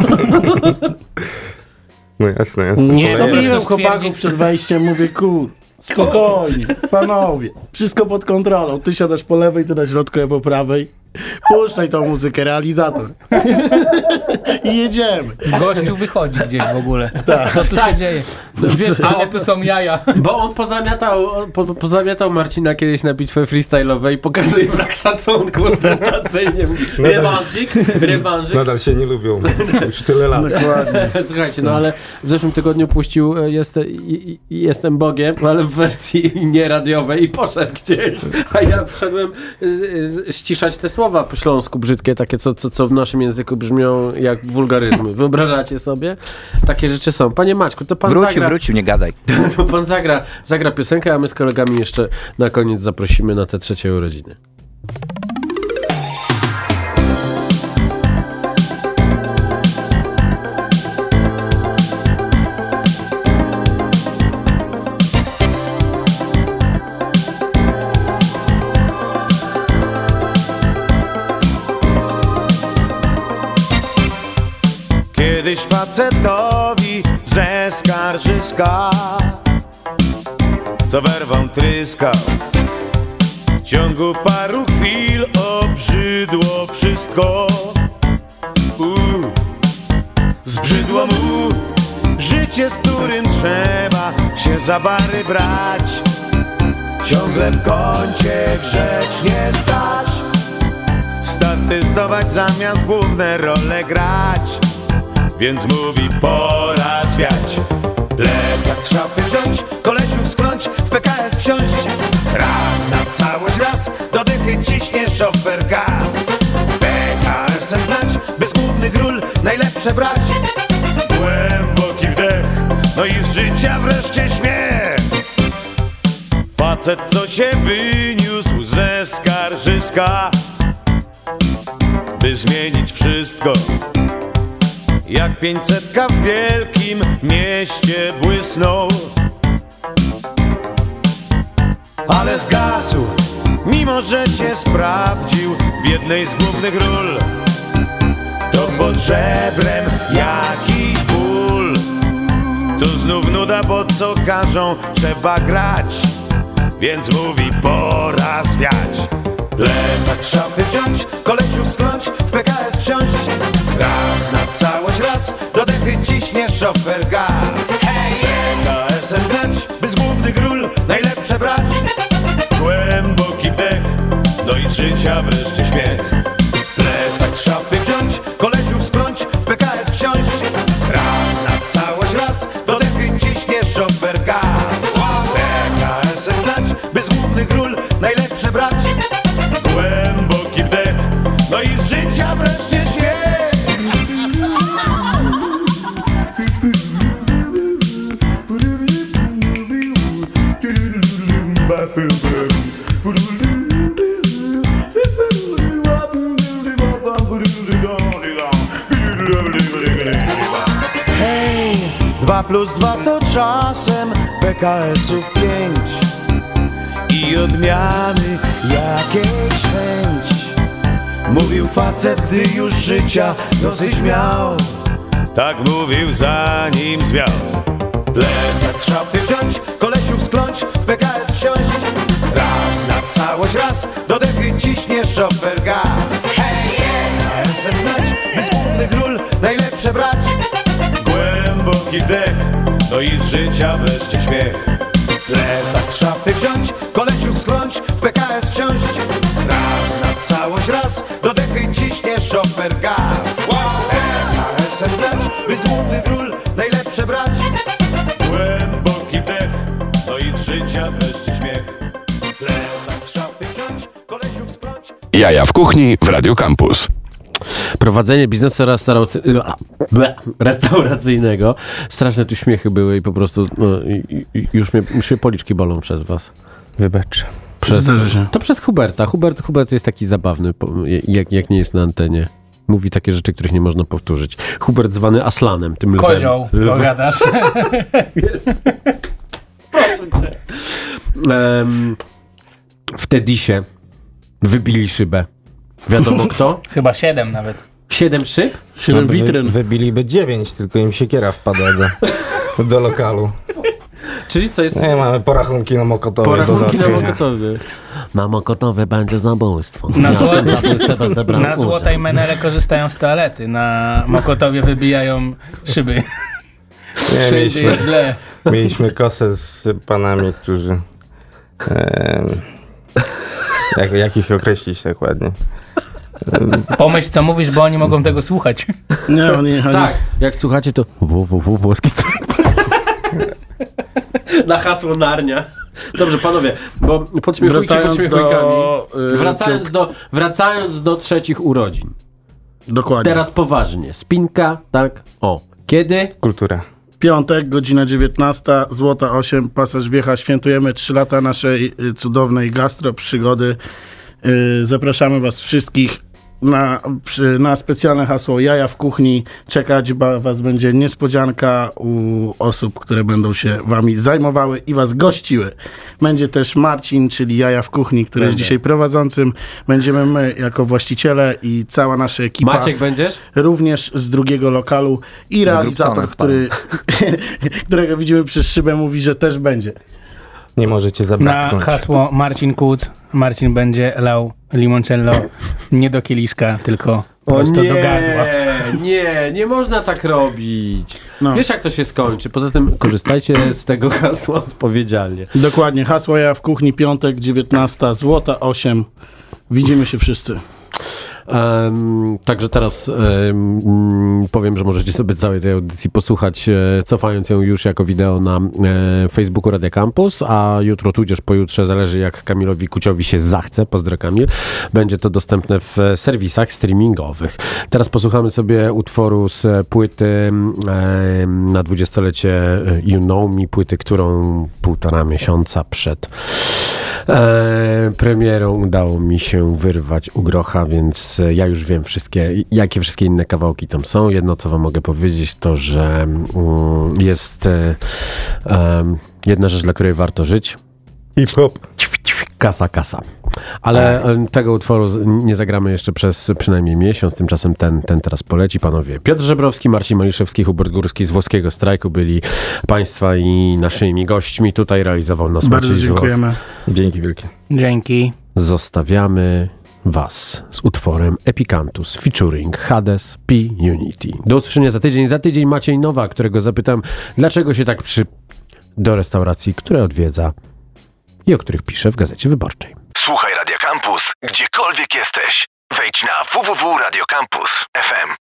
No jasne. Nie stawiłem chłopaków przed wejściem, mówię, spokojnie, panowie, wszystko pod kontrolą. Ty siadasz po lewej, ty na środku, ja po prawej. Puszczaj tą muzykę, realizator. I jedziemy. Gościu wychodzi gdzieś w ogóle. Tak. Co tu się dzieje? Ale tu są jaja. Bo on pozamiatał Marcina kiedyś na bitwę freestyle'owej i pokazuje brak szacunku ostentacyjnie. Rewanżyk. Nadal się nie lubią. Już tyle lat. Dokładnie. Słuchajcie, no ale w zeszłym tygodniu puścił Jestem Bogiem, ale w wersji nieradiowej i poszedł gdzieś. A ja wszedłem ściszać te słowa po śląsku brzydkie, takie co w naszym języku brzmią jak wulgaryzmy. Wyobrażacie sobie? Takie rzeczy są. Panie Maćku, to pan Wrócił, nie gadaj. To pan zagra piosenkę, a my z kolegami jeszcze na koniec zaprosimy na te 3. urodziny. Kiedyś facetowi ze Skarżyska, co werwą tryskał, w ciągu paru chwil obrzydło wszystko. Zbrzydło mu życie, z którym trzeba się za bary brać, ciągle w kącie grzecznie stać, statystować zamiast główne role grać. Więc mówi, pora zwiać, plecak z szafy wziąć, kolesiów skląć, w PKS wsiąść. Raz na całość raz, do dychy ciśnie szofer gaz. PKS-em gnać, by z głównych ról najlepsze brać. Głęboki wdech, no i z życia wreszcie śmiech. Facet, co się wyniósł ze Skarżyska, by zmienić wszystko. Jak 500 w wielkim mieście błysnął, ale zgasł, mimo że się sprawdził w jednej z głównych ról. To pod żebrem jakiś ból, tu znów nuda, bo co każą trzeba grać. Więc mówi, pora zwiać, plecak z szafy wziąć, kolesiów skląć, w PKS wsiąść. Raz na całość raz, do dechy ciśnie szofer gaz. PKS-em grać, by z głównych ról najlepsze brać. Głęboki wdech, no i z życia wreszcie śmiech. Plecak z szafy wziąć, kolesiów skląć, w PKS wsiąść. Raz na całość raz, do dechy ciśnie szofer gaz. PKS-em grać, by z głównych ról najlepsze brać. Głęboki wdech, no i z życia wreszcie śmiech. Hej, 2 + 2 to czasem PKS-ów 5 i odmiany jakiejś chęć. Mówił facet, gdy już życia dosyć miał. Tak mówił, zanim zwiał. Plecak z szafy wziąć, kolesiów skląć, w PKS wsiąść. Raz na całość raz, do dechy ciśnie szofer gaz. PKS-em gnać, by z głównych ról najlepsze brać. Głęboki wdech, no i z życia wreszcie śmiech. Plecak z szafy wziąć, kolesiów skląć, w PKS wsiąść. Raz na całość raz, do dechy ciśnie szofer gaz. PKS-em gnać, Jaja w kuchni w Radio Campus. Prowadzenie biznesu restauracyjnego. Straszne tu śmiechy były i po prostu już mnie policzki bolą przez was. Wybacz. To przez Huberta. Hubert jest taki zabawny, jak nie jest na antenie. Mówi takie rzeczy, których nie można powtórzyć. Hubert zwany Aslanem, tym lwem. Kozioł, pogadasz. W Tedisie wybili szybę. Wiadomo kto? Chyba 7 nawet. 7 szyb? 7 witryn. Wybiliby 9, tylko im siekiera wpadła do lokalu. Czyli co jest? Nie, mamy porachunki na Mokotowie. Na Mokotowie będzie zabójstwo. Na Złotej Menele korzystają z toalety. Na Mokotowie wybijają szyby. Nie, jest źle. Mieliśmy kosę z panami, którzy... jak ich określić tak ładnie? Pomyśl, co mówisz, bo oni mogą tego słuchać. Nie, oni... Tak, jak słuchacie, to włoski strajk. Na hasło Narnia. Dobrze, panowie, bo podśmiechujcie podśmiechujkami. Wracając do trzecich urodzin. Dokładnie. Teraz poważnie. Spinka, tak? O. Kiedy? Kultura. Piątek, godzina 19, Złota 8, Pasaż Wiecha. Świętujemy 3 lata naszej cudownej gastro przygody. Zapraszamy was wszystkich na specjalne hasło Jaja w kuchni. Czekać was będzie niespodzianka u osób, które będą się wami zajmowały i was gościły. Będzie też Marcin, czyli Jaja w kuchni, który jest dzisiaj prowadzącym. Będziemy my jako właściciele i cała nasza ekipa. Maciek będziesz? Również z drugiego lokalu i realizator, którego widzimy przez szybę, mówi, że też będzie. Nie możecie zabraknąć. Na hasło Marcin Kuc, Marcin będzie lał limoncello nie do kieliszka, tylko prosto do gardła. Nie można tak robić. No. Wiesz, jak to się skończy. Poza tym korzystajcie z tego hasła odpowiedzialnie. Dokładnie. Hasło Jaja w kuchni, piątek, 19, Złota 8. Widzimy się wszyscy. Także teraz powiem, że możecie sobie całej tej audycji posłuchać, cofając ją już jako wideo na Facebooku Radia Campus, a jutro tudzież pojutrze, zależy jak Kamilowi Kuciowi się zachce, pozdro Kamil, będzie to dostępne w serwisach streamingowych. Teraz posłuchamy sobie utworu z płyty na 20-lecie You Know Me, płyty, którą 1,5 miesiąca przed premierą udało mi się wyrwać u Grocha, więc ja już wiem jakie wszystkie inne kawałki tam są. Jedno, co wam mogę powiedzieć, to, że jest jedna rzecz, dla której warto żyć. Hip-hop. Kasa. Ale tego utworu nie zagramy jeszcze przez przynajmniej miesiąc, tymczasem ten teraz poleci. Panowie Piotr Żebrowski, Marcin Maliszewski, Hubert Górski z Włoskiego Strajku byli państwa i naszymi gośćmi. Tutaj realizował nas Maciej Zło. Dziękujemy. Dzięki wielkie. Dzięki. Zostawiamy was z utworem Epicantus featuring Hades P Unity. Do usłyszenia za tydzień. Maciej Nowak, którego zapytam, dlaczego się tak do restauracji, które odwiedza i o których pisze w Gazecie Wyborczej. Słuchaj Radia Campus, gdziekolwiek jesteś. Wejdź na www.radiocampus.fm.